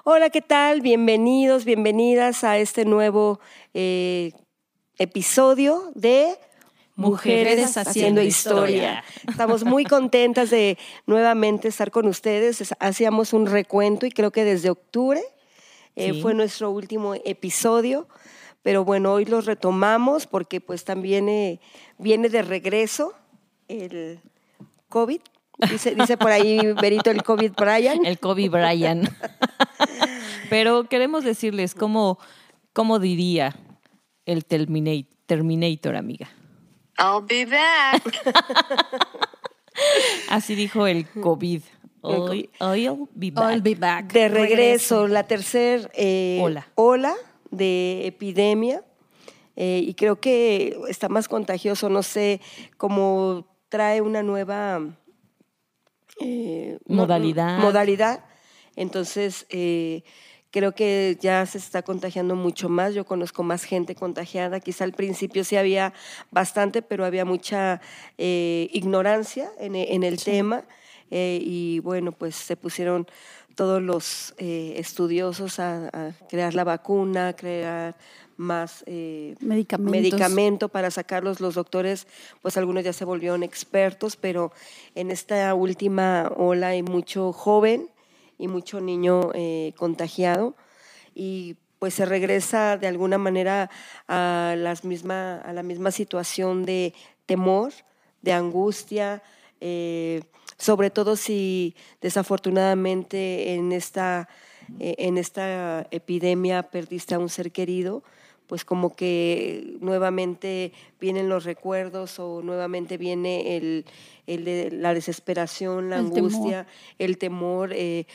Hola, ¿qué tal? Bienvenidos, bienvenidas a este nuevo episodio de Mujeres Haciendo Historia. Estamos muy contentas de nuevamente estar con ustedes. Hacíamos un recuento y creo que desde octubre fue nuestro último episodio. Pero bueno, hoy los retomamos porque pues también viene de regreso el COVID. Dice por ahí Berito el COVID Brian. El COVID Brian. Pero queremos decirles cómo diría el Terminator, amiga. I'll be back. Así dijo el COVID. I'll be back. De regreso, la tercera ola de epidemia. Y creo que está más contagioso, no sé, cómo trae una nueva modalidad. Entonces, creo que ya se está contagiando mucho más. Yo conozco más gente contagiada. Quizá al principio sí había bastante, pero había mucha ignorancia en el tema. Y bueno, pues se pusieron todos los estudiosos a crear la vacuna, a crear más medicamento para sacarlos. Los doctores, pues algunos ya se volvieron expertos, pero en esta última ola hay mucho joven y mucho niño contagiado, y pues se regresa de alguna manera a la misma situación de temor, de angustia, sobre todo si desafortunadamente en esta epidemia perdiste a un ser querido, pues como que nuevamente vienen los recuerdos o nuevamente viene la desesperación, la angustia, el temor.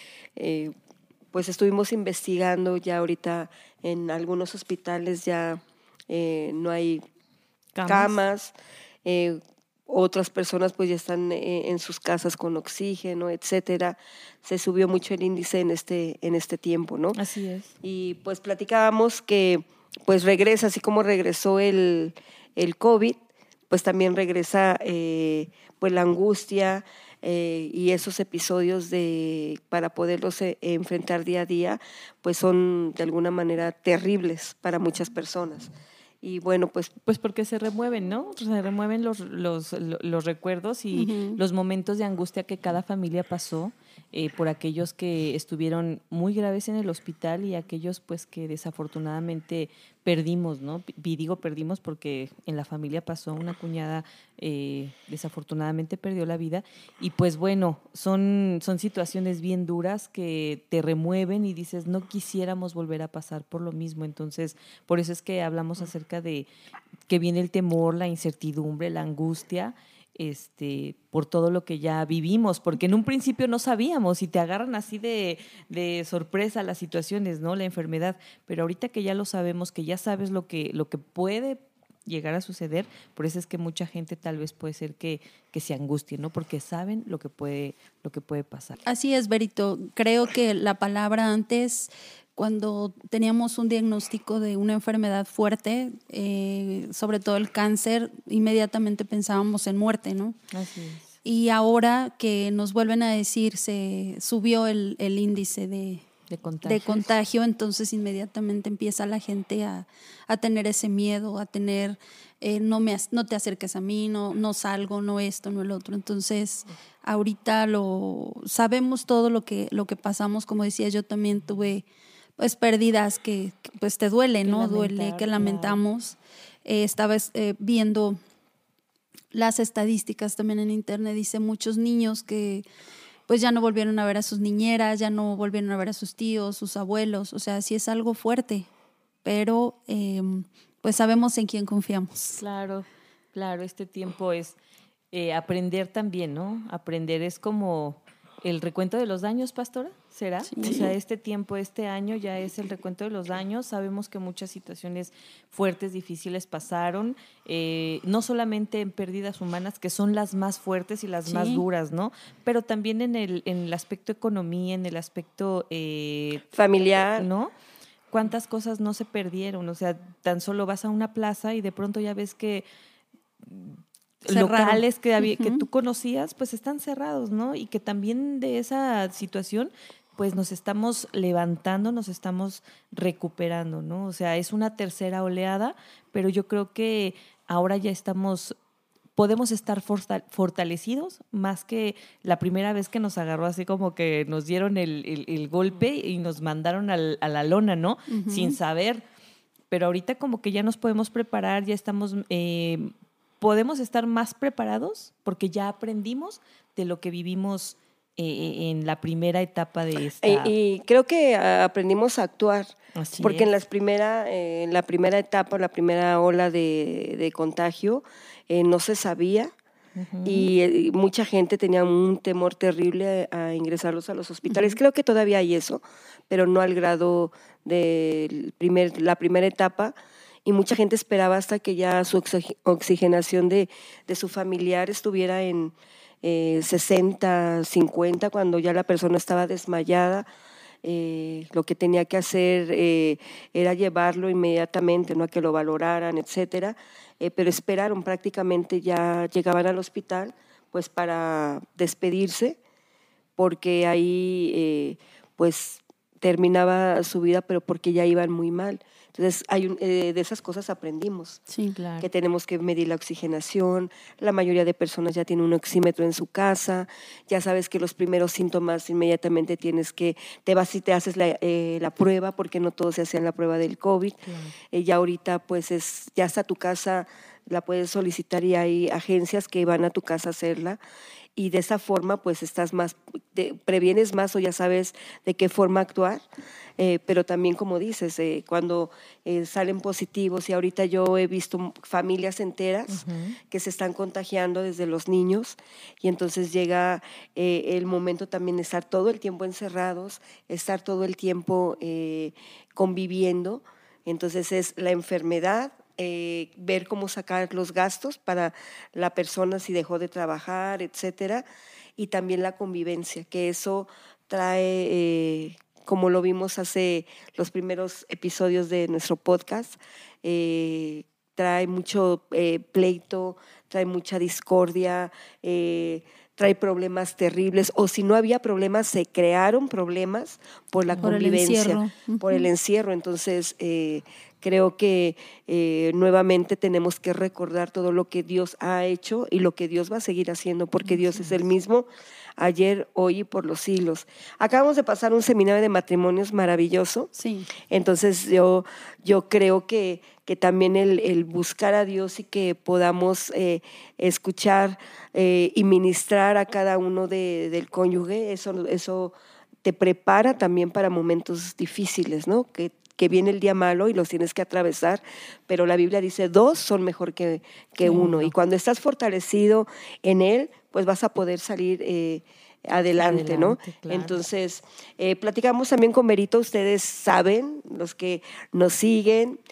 Pues estuvimos investigando ya ahorita en algunos hospitales ya no hay camas. Otras personas pues ya están en sus casas con oxígeno, etcétera. Se subió mucho el índice en este tiempo, ¿no? Así es. Y pues platicábamos que pues regresa, así como regresó el COVID, pues también regresa pues la angustia y esos episodios para poderlos enfrentar día a día, pues son de alguna manera terribles para muchas personas. Y bueno, pues porque se remueven, ¿no? Se remueven los recuerdos y los momentos de angustia que cada familia pasó por aquellos que estuvieron muy graves en el hospital y aquellos pues que desafortunadamente perdimos, ¿no? Y digo perdimos porque en la familia pasó una cuñada, desafortunadamente perdió la vida, y pues bueno, son situaciones bien duras que te remueven y dices, no quisiéramos volver a pasar por lo mismo. Entonces, por eso es que hablamos acerca de que viene el temor, la incertidumbre, la angustia, por todo lo que ya vivimos, porque en un principio no sabíamos y te agarran así de sorpresa las situaciones, ¿no? La enfermedad, pero ahorita que ya lo sabemos, que ya sabes lo que puede llegar a suceder, por eso es que mucha gente tal vez puede ser que se angustie, ¿no? Porque saben lo que puede pasar. Así es, Berito. Creo que la palabra antes, cuando teníamos un diagnóstico de una enfermedad fuerte, sobre todo el cáncer, inmediatamente pensábamos en muerte, ¿no? Así es. Y ahora que nos vuelven a decir, se subió el índice de contagio, entonces inmediatamente empieza la gente a tener ese miedo, a tener, no te acerques a mí, no salgo, no esto, no el otro. Entonces, ahorita sabemos todo lo que pasamos. Como decía, yo también tuve pues pérdidas que pues te duele, ¿no? Duele, que lamentamos. Estaba viendo las estadísticas también en internet, dice muchos niños que pues ya no volvieron a ver a sus niñeras, ya no volvieron a ver a sus tíos, sus abuelos. O sea, sí es algo fuerte, pero pues sabemos en quién confiamos. Claro, este tiempo es aprender también, ¿no? Aprender es como el recuento de los daños, pastora, ¿será? Sí. O sea, este tiempo, este año ya es el recuento de los daños. Sabemos que muchas situaciones fuertes, difíciles pasaron, no solamente en pérdidas humanas, que son las más fuertes y las más duras, ¿no? Pero también en el aspecto economía, en el aspecto familiar, ¿no? ¿Cuántas cosas no se perdieron? O sea, tan solo vas a una plaza y de pronto ya ves que locales que tú conocías, pues están cerrados, ¿no? Y que también de esa situación pues nos estamos levantando, nos estamos recuperando, ¿no? O sea, es una tercera oleada, pero yo creo que ahora ya podemos estar fortalecidos más que la primera vez que nos agarró, así como que nos dieron el golpe y nos mandaron a la lona, ¿no? Uh-huh. Sin saber. Pero ahorita como que ya nos podemos preparar, ya estamos, podemos estar más preparados porque ya aprendimos de lo que vivimos en la primera etapa de esta. Y creo que aprendimos a actuar. Así porque es. en la primera etapa, la primera ola de contagio, no se sabía. Uh-huh. Y mucha gente tenía un temor terrible a ingresarlos a los hospitales. Uh-huh. Creo que todavía hay eso, pero no al grado de la primera etapa. Y mucha gente esperaba hasta que ya su oxigenación de su familiar estuviera en 60, 50, cuando ya la persona estaba desmayada. Lo que tenía que hacer era llevarlo inmediatamente, no a que lo valoraran, etcétera, pero esperaron, prácticamente ya llegaban al hospital pues para despedirse, porque ahí pues terminaba su vida, pero porque ya iban muy mal. Entonces, de esas cosas aprendimos. Sí, claro. Que tenemos que medir la oxigenación. La mayoría de personas ya tienen un oxímetro en su casa. Ya sabes que los primeros síntomas inmediatamente te vas y te haces la prueba, porque no todos se hacían la prueba del COVID. Claro. Ya ahorita, pues, ya está tu casa, la puedes solicitar y hay agencias que van a tu casa a hacerla. Y de esa forma pues estás previenes más, o ya sabes de qué forma actuar, pero también, como dices, cuando salen positivos, y ahorita yo he visto familias enteras uh-huh. que se están contagiando, desde los niños, y entonces llega el momento también de estar todo el tiempo encerrados, estar todo el tiempo conviviendo. Entonces es la enfermedad, ver cómo sacar los gastos para la persona si dejó de trabajar, etcétera, y también la convivencia, que eso trae, como lo vimos hace los primeros episodios de nuestro podcast, trae mucho pleito, trae mucha discordia, trae problemas terribles, o si no había problemas, se crearon problemas por la convivencia, por el encierro. Entonces, creo que nuevamente tenemos que recordar todo lo que Dios ha hecho y lo que Dios va a seguir haciendo, porque Dios es el mismo ayer, hoy y por los siglos. Acabamos de pasar un seminario de matrimonios maravilloso. Sí. Entonces yo creo que también el buscar a Dios y que podamos escuchar y ministrar a cada uno del cónyuge, eso te prepara también para momentos difíciles, ¿no? Que viene el día malo y los tienes que atravesar, pero la Biblia dice 2 son mejor que uno. Y cuando estás fortalecido en Él, pues vas a poder salir adelante, ¿no? Claro. Entonces, platicamos también con Berito. Ustedes saben, los que nos siguen,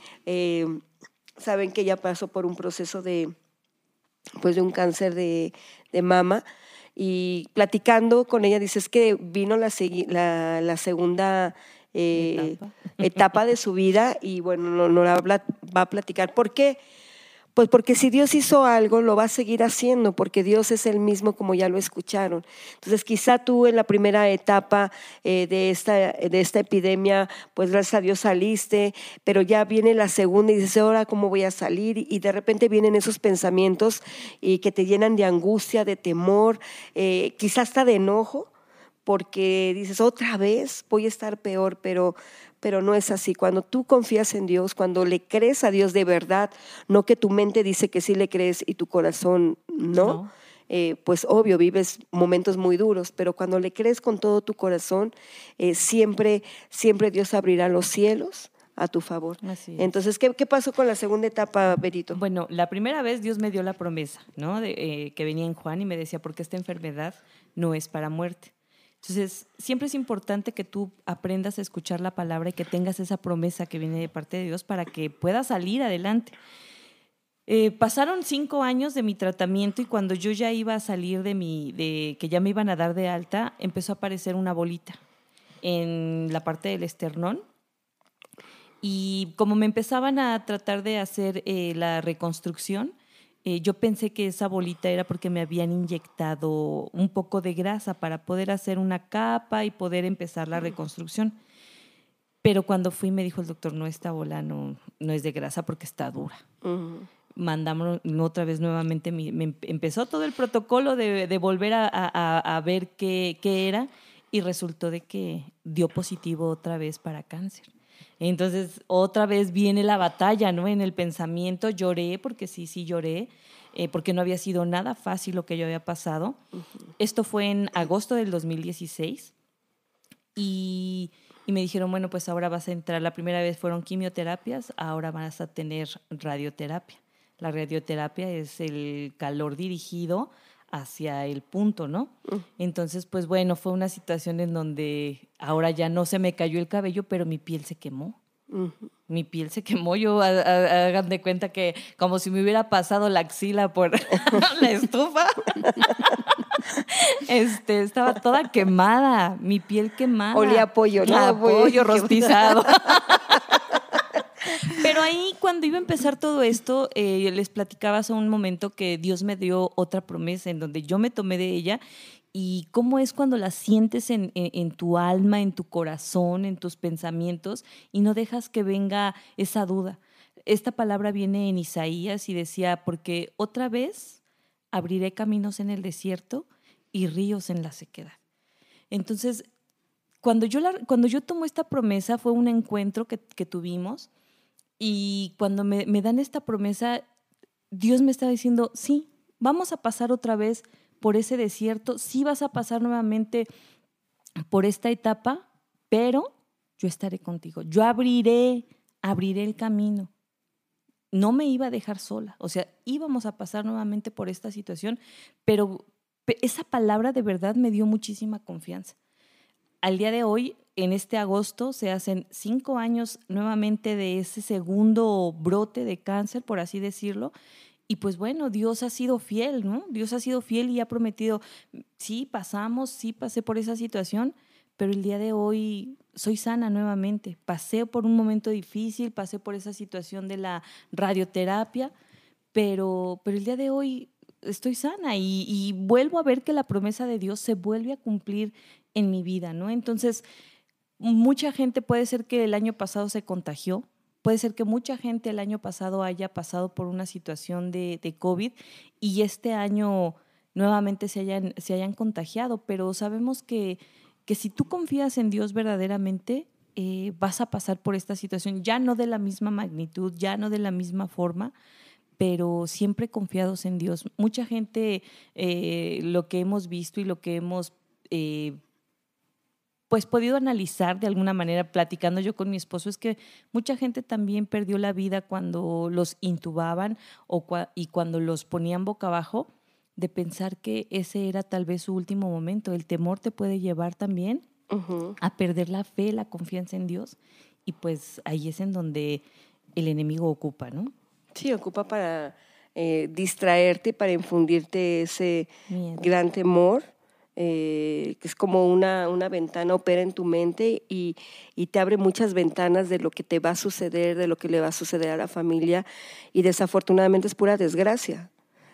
saben que ella pasó por un proceso de un cáncer de mama, y platicando con ella, dices que vino la segunda etapa de su vida, y bueno, no la va a platicar. ¿Por qué? Pues porque si Dios hizo algo, lo va a seguir haciendo, porque Dios es el mismo, como ya lo escucharon. Entonces, quizá tú en la primera etapa de esta epidemia, pues gracias a Dios saliste, pero ya viene la segunda y dices, ahora ¿cómo voy a salir? Y de repente vienen esos pensamientos y que te llenan de angustia, de temor, quizá hasta de enojo, porque dices, otra vez voy a estar peor, pero no es así. Cuando tú confías en Dios, cuando le crees a Dios de verdad, no que tu mente dice que sí le crees y tu corazón no. Pues obvio, vives momentos muy duros, pero cuando le crees con todo tu corazón, siempre Dios abrirá los cielos a tu favor. Así es. Entonces, ¿qué pasó con la segunda etapa, Berito? Bueno, la primera vez Dios me dio la promesa, ¿no? Que venía en Juan y me decía, porque esta enfermedad no es para muerte. Entonces, siempre es importante que tú aprendas a escuchar la palabra y que tengas esa promesa que viene de parte de Dios para que puedas salir adelante. Pasaron 5 años de mi tratamiento, y cuando yo ya iba a salir que ya me iban a dar de alta, empezó a aparecer una bolita en la parte del esternón. Y como me empezaban a tratar de hacer la reconstrucción, Yo pensé que esa bolita era porque me habían inyectado un poco de grasa para poder hacer una capa y poder empezar la reconstrucción. Pero cuando fui me dijo el doctor, no, esta bola no es de grasa porque está dura. Mandamos otra vez nuevamente, me empezó todo el protocolo de volver a ver qué era, y resultó de que dio positivo otra vez para cáncer. Entonces, otra vez viene la batalla, ¿no? En el pensamiento lloré, porque sí lloré, porque no había sido nada fácil lo que yo había pasado. Esto fue en agosto del 2016 y me dijeron, bueno, pues ahora vas a entrar, la primera vez fueron quimioterapias, ahora vas a tener radioterapia. La radioterapia es el calor dirigido hacia el punto, ¿no? Entonces, pues bueno, fue una situación en donde ahora ya no se me cayó el cabello, pero mi piel se quemó. Mi piel se quemó, yo hagan de cuenta que como si me hubiera pasado la axila por la estufa. Estaba toda quemada, mi piel quemada. Olía a pollo, ¿no? A pollo rostizado. Pero ahí, cuando iba a empezar todo esto, les platicaba hace un momento que Dios me dio otra promesa en donde yo me tomé de ella. Y cómo es cuando la sientes en tu alma, en tu corazón, en tus pensamientos, y no dejas que venga esa duda. Esta palabra viene en Isaías y decía, porque otra vez abriré caminos en el desierto y ríos en la sequedad. Entonces, cuando yo tomo esta promesa, fue un encuentro que tuvimos. Y cuando me dan esta promesa, Dios me estaba diciendo, sí, vamos a pasar otra vez por ese desierto, sí vas a pasar nuevamente por esta etapa, pero yo estaré contigo. Yo abriré el camino. No me iba a dejar sola. O sea, íbamos a pasar nuevamente por esta situación, pero esa palabra de verdad me dio muchísima confianza. Al día de hoy, en este agosto, se hacen 5 años nuevamente de ese segundo brote de cáncer, por así decirlo. Y pues bueno, Dios ha sido fiel, ¿no? Dios ha sido fiel y ha prometido, sí pasé por esa situación, pero el día de hoy soy sana nuevamente. Pasé por un momento difícil, pasé por esa situación de la radioterapia, pero el día de hoy estoy sana y vuelvo a ver que la promesa de Dios se vuelve a cumplir en mi vida, ¿no? Entonces, mucha gente puede ser que el año pasado se contagió, puede ser que mucha gente el año pasado haya pasado por una situación de COVID y este año nuevamente se hayan contagiado, pero sabemos que si tú confías en Dios verdaderamente, vas a pasar por esta situación, ya no de la misma magnitud, ya no de la misma forma, pero siempre confiados en Dios. Mucha gente, lo que hemos visto y lo que hemos pues podido analizar de alguna manera, platicando yo con mi esposo, es que mucha gente también perdió la vida cuando los intubaban y cuando los ponían boca abajo, de pensar que ese era tal vez su último momento. El temor te puede llevar también a perder la fe, la confianza en Dios, y pues ahí es en donde el enemigo ocupa, ¿no? Sí, ocupa para distraerte, para infundirte ese miedo, gran temor. Que es como una ventana, opera en tu mente y te abre muchas ventanas de lo que te va a suceder, de lo que le va a suceder a la familia, y desafortunadamente es pura desgracia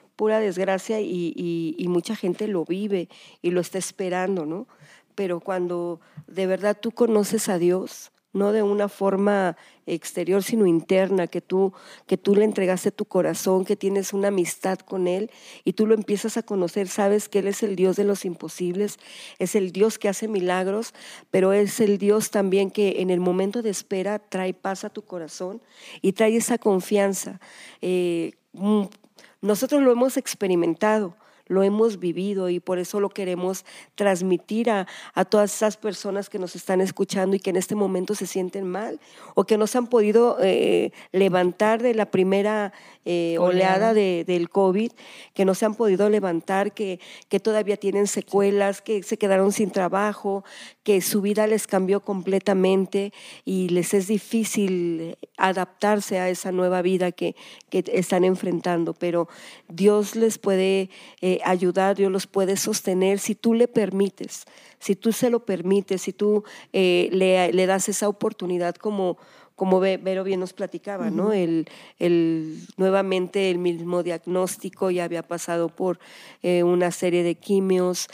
y mucha gente lo vive y lo está esperando, ¿no? Pero cuando de verdad tú conoces a Dios, no de una forma exterior, sino interna, que tú le entregaste tu corazón, que tienes una amistad con Él y tú lo empiezas a conocer, sabes que Él es el Dios de los imposibles, es el Dios que hace milagros, pero es el Dios también que en el momento de espera trae paz a tu corazón y trae esa confianza. Nosotros lo hemos experimentado, lo hemos vivido y por eso lo queremos transmitir a todas esas personas que nos están escuchando y que en este momento se sienten mal o que no se han podido levantar de la primera oleada del COVID, que no se han podido levantar, que todavía tienen secuelas, que se quedaron sin trabajo, que su vida les cambió completamente y les es difícil adaptarse a esa nueva vida que están enfrentando, pero Dios les puede ayudar, Dios los puede sostener si tú le permites, si tú se lo permites, si tú le das esa oportunidad como Vero bien nos platicaba, ¿no? Nuevamente el mismo diagnóstico, ya había pasado por una serie de quimios,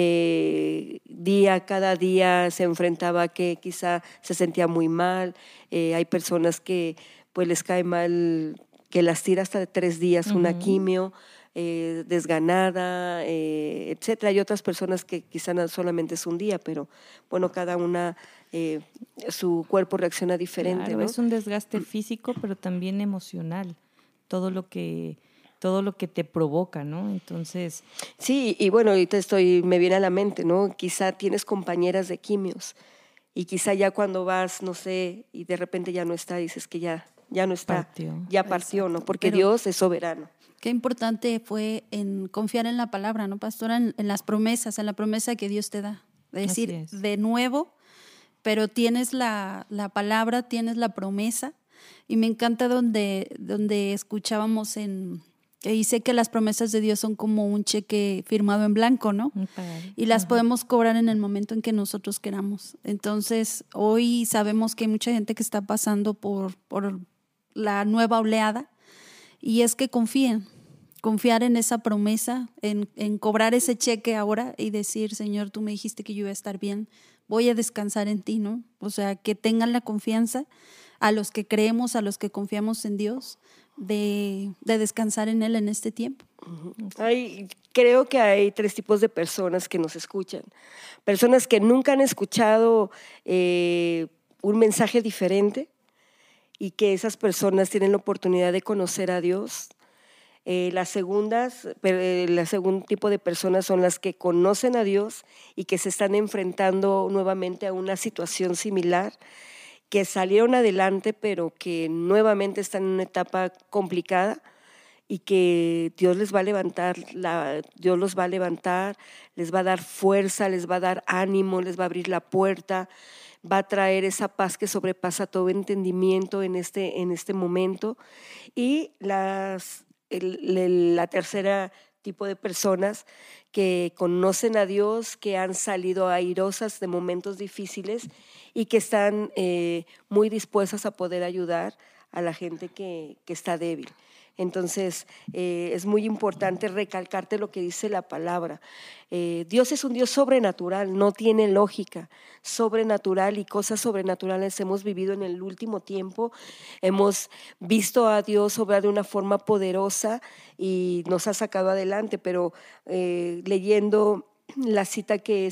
cada día se enfrentaba a que quizá se sentía muy mal, hay personas que pues les cae mal que las tira hasta de 3 días una quimio, desganada, etcétera. Hay otras personas que quizá no solamente es un día, pero bueno, cada una su cuerpo reacciona diferente. Claro, ¿no? Es un desgaste físico, pero también emocional, todo lo que te provoca, ¿no? Entonces... Sí, y bueno, ahorita me viene a la mente, ¿no? Quizá tienes compañeras de quimios y quizá ya cuando vas, no sé, y de repente ya no está, dices que ya no está, ya partió, ¿no? Porque Dios es soberano. Qué importante fue en confiar en la palabra, ¿no, pastora? En las promesas, en la promesa que Dios te da. Es decir, de nuevo, pero tienes la palabra, tienes la promesa. Y me encanta donde escuchábamos que dice que las promesas de Dios son como un cheque firmado en blanco, ¿no? Y las podemos cobrar en el momento en que nosotros queramos. Entonces, hoy sabemos que hay mucha gente que está pasando por la nueva oleada, y es que confiar en esa promesa, en cobrar ese cheque ahora y decir, Señor, tú me dijiste que yo iba a estar bien, voy a descansar en ti, ¿no? O sea, que tengan la confianza a los que creemos, a los que confiamos en Dios, de descansar en Él en este tiempo. Creo que hay 3 tipos de personas que nos escuchan. Personas que nunca han escuchado un mensaje diferente, y que esas personas tienen la oportunidad de conocer a Dios. El segundo tipo de personas son las que conocen a Dios y que se están enfrentando nuevamente a una situación similar, que salieron adelante, pero que nuevamente están en una etapa complicada y que Dios les va a levantar, Dios los va a levantar, les va a dar fuerza, les va a dar ánimo, les va a abrir la puerta, va a traer esa paz que sobrepasa todo entendimiento en este momento. Y la tercera tipo de personas que conocen a Dios, que han salido airosas de momentos difíciles y que están muy dispuestas a poder ayudar a la gente que está débil. Entonces, es muy importante recalcarte lo que dice la palabra. Dios es un Dios sobrenatural, no tiene lógica, sobrenatural, y cosas sobrenaturales hemos vivido en el último tiempo. Hemos visto a Dios obrar de una forma poderosa y nos ha sacado adelante, pero leyendo la cita que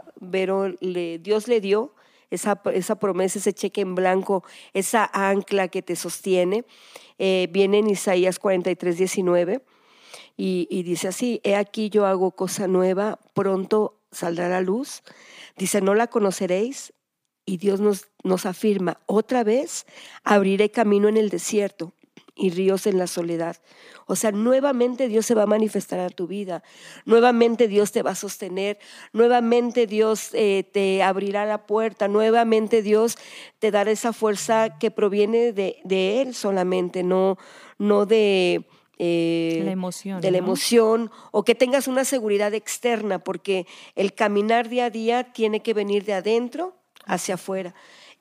Dios le dio, esa promesa, ese cheque en blanco, esa ancla que te sostiene, viene en Isaías 43:19 y dice así: he aquí yo hago cosa nueva, pronto saldrá a la luz. Dice, no la conoceréis, y Dios nos afirma, otra vez abriré camino en el desierto y ríos en la soledad. O sea, nuevamente Dios se va a manifestar a tu vida, nuevamente Dios te va a sostener, nuevamente Dios te abrirá la puerta, nuevamente Dios te dará esa fuerza que proviene de Él solamente, no de la emoción, de la emoción, o que tengas una seguridad externa, porque el caminar día a día tiene que venir de adentro hacia afuera.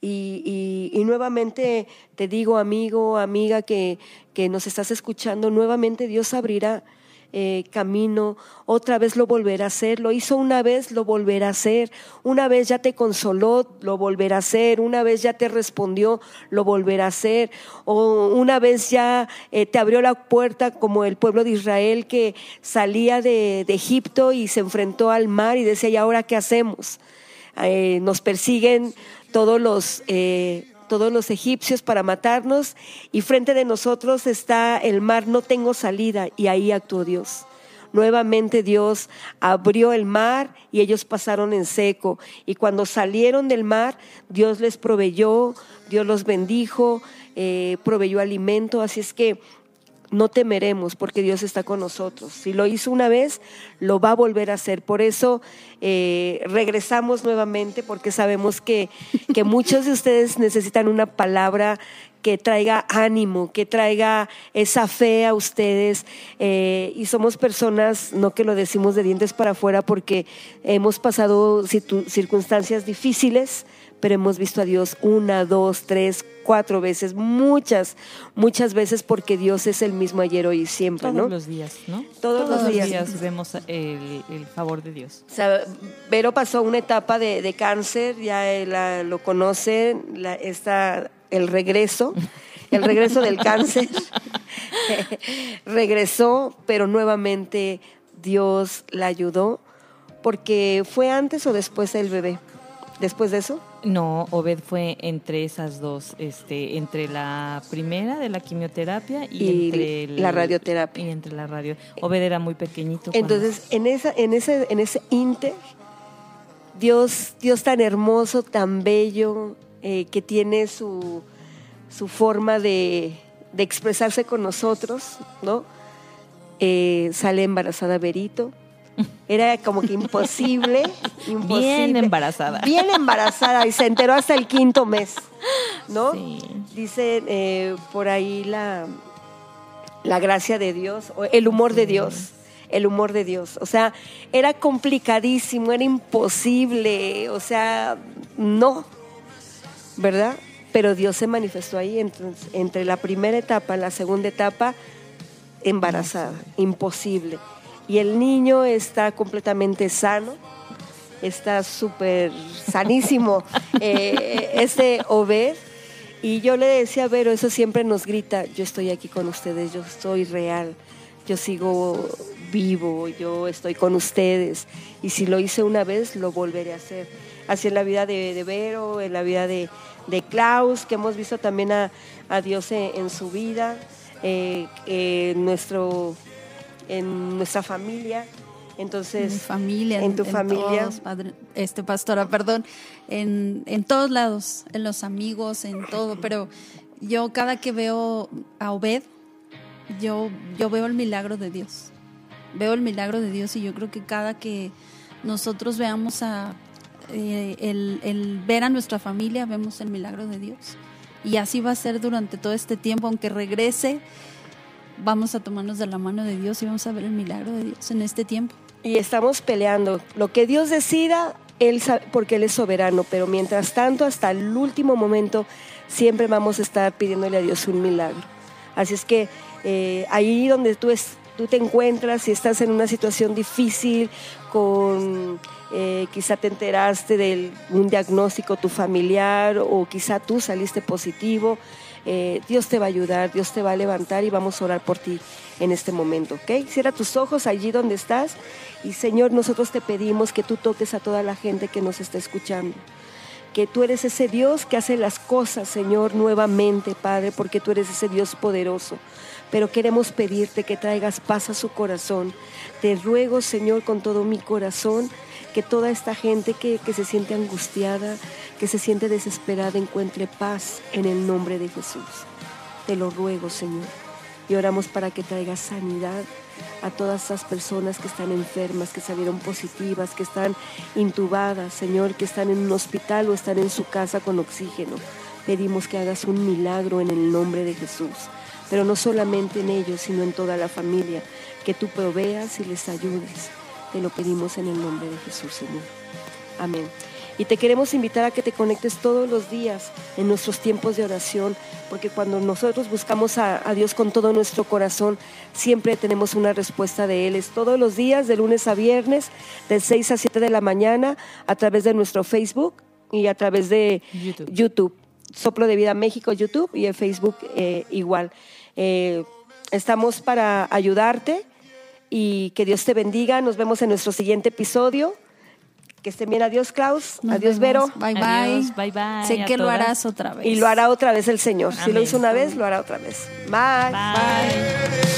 Y nuevamente te digo, amigo, amiga, que nos estás escuchando, nuevamente Dios abrirá camino, otra vez lo volverá a hacer, lo hizo una vez, lo volverá a hacer, una vez ya te consoló, lo volverá a hacer, una vez ya te respondió, lo volverá a hacer, o una vez ya te abrió la puerta, como el pueblo de Israel que salía de Egipto y se enfrentó al mar y decía, ¿y ahora qué hacemos? Nos persiguen todos los egipcios para matarnos, y frente de nosotros está el mar, no tengo salida, y ahí actuó Dios. Nuevamente Dios abrió el mar y ellos pasaron en seco, y cuando salieron del mar Dios les proveyó, Dios los bendijo, proveyó alimento. Así es que no temeremos porque Dios está con nosotros. Si lo hizo una vez, lo va a volver a hacer. Por eso regresamos nuevamente, porque sabemos que muchos de ustedes necesitan una palabra que traiga ánimo, que traiga esa fe a ustedes, y somos personas, no que lo decimos de dientes para afuera, porque hemos pasado circunstancias difíciles, pero hemos visto a Dios 1, 2, 3, 4 veces, muchas veces, porque Dios es el mismo ayer, hoy y siempre, ¿no? Todos los días, ¿no? Todos los días vemos el favor de Dios. O sea, Vero pasó una etapa de cáncer, ya lo conocen, el regreso del cáncer. Regresó, pero nuevamente Dios la ayudó, porque ¿fue antes o después del bebé? ¿Después de eso? No, Obed fue entre esas dos, entre la primera de la quimioterapia y entre la radioterapia. Y entre la radio. Obed era muy pequeñito. Entonces, en ese inter, Dios tan hermoso, tan bello, que tiene su forma de expresarse con nosotros, ¿no? Sale embarazada Verito. Era como que imposible. Bien embarazada. Bien embarazada, y se enteró hasta el 5º mes, ¿no? Sí. Dice por ahí la gracia de Dios, o el humor de Dios. El humor de Dios. O sea, era complicadísimo, era imposible, o sea, no, ¿verdad? Pero Dios se manifestó ahí. Entonces, entre la primera etapa y la segunda etapa, embarazada, imposible. Y el niño está completamente sano, está súper sanísimo, Obed. Y yo le decía a Vero, eso siempre nos grita: yo estoy aquí con ustedes, yo soy real, yo sigo vivo, yo estoy con ustedes. Y si lo hice una vez, lo volveré a hacer. Así en la vida de Vero, en la vida de Klaus, que hemos visto también a Dios en su vida, en nuestra familia. Entonces, en tu familia, todos, pastora, perdón, en todos lados, en los amigos, en todo. Pero yo cada que veo a Obed, yo veo el milagro de Dios. Veo el milagro de Dios, y yo creo que cada que nosotros veamos el ver a nuestra familia, vemos el milagro de Dios. Y así va a ser durante todo este tiempo. Aunque regrese, vamos a tomarnos de la mano de Dios y vamos a ver el milagro de Dios en este tiempo. Y estamos peleando. Lo que Dios decida, Él sabe, porque Él es soberano. Pero mientras tanto, hasta el último momento, siempre vamos a estar pidiéndole a Dios un milagro. Así es que ahí donde tú te encuentras, si estás en una situación difícil, quizá te enteraste de un diagnóstico tu familiar, o quizá tú saliste positivo, Dios te va a ayudar, Dios te va a levantar, y vamos a orar por ti en este momento, ¿ok? Cierra tus ojos allí donde estás, y Señor, nosotros te pedimos que tú toques a toda la gente que nos está escuchando, que tú eres ese Dios que hace las cosas, Señor, nuevamente, Padre, porque tú eres ese Dios poderoso. Pero queremos pedirte que traigas paz a su corazón. Te ruego, Señor, con todo mi corazón, que toda esta gente que se siente angustiada, que se siente desesperada, encuentre paz en el nombre de Jesús. Te lo ruego, Señor. Y oramos para que traigas sanidad a todas esas personas que están enfermas, que salieron positivas, que están intubadas, Señor, que están en un hospital o están en su casa con oxígeno. Pedimos que hagas un milagro en el nombre de Jesús. Pero no solamente en ellos, sino en toda la familia, que tú proveas y les ayudes. Te lo pedimos en el nombre de Jesús, Señor. Amén. Y te queremos invitar a que te conectes todos los días en nuestros tiempos de oración, porque cuando nosotros buscamos a Dios con todo nuestro corazón, siempre tenemos una respuesta de Él. Es todos los días, de lunes a viernes, de 6 a 7 de la mañana, a través de nuestro Facebook y a través de YouTube. Soplo de Vida México, YouTube, y en Facebook igual. Estamos para ayudarte, y que Dios te bendiga. Nos vemos en nuestro siguiente episodio. Que estén bien. Adiós, Klaus. Adiós, Vero. Bye, bye. Adiós, bye, bye. Sé que lo harás otra vez. Y lo hará otra vez el Señor. Amén. Si lo hizo una vez, lo hará otra vez. Bye. Bye.